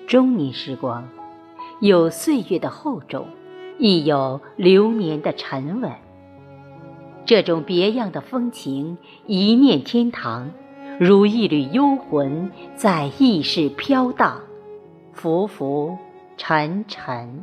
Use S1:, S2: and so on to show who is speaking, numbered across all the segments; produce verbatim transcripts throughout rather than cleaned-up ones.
S1: 中年时光，有岁月的厚重，亦有流年的沉稳。这种别样的风情，一念天堂，如一缕幽魂在意识飘荡，浮浮沉沉。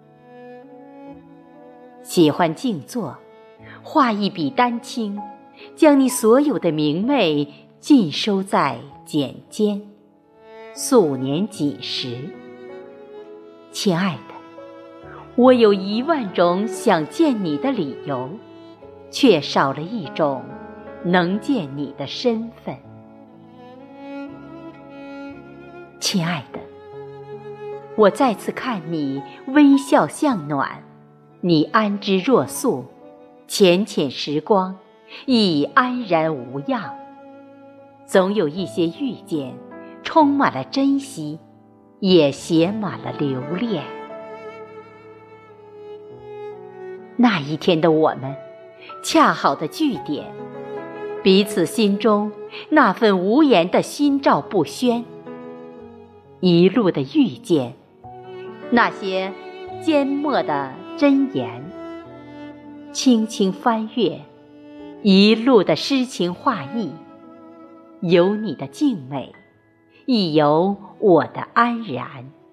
S1: 喜欢静坐，画一笔丹青，将你所有的明媚尽收在简间，素年锦时。亲爱的，我有一万种想见你的理由，却少了一种能见你的身份。亲爱的，我再次看你微笑向暖，你安之若素，浅浅时光亦安然无恙。总有一些遇见，充满了珍惜，也写满了留恋。那一天的我们，恰好的句点，彼此心中那份无言的心照不宣。一路的遇见，那些缄默的箴言，轻轻翻阅，一路的诗情画意，有你的静美，亦有我的安然。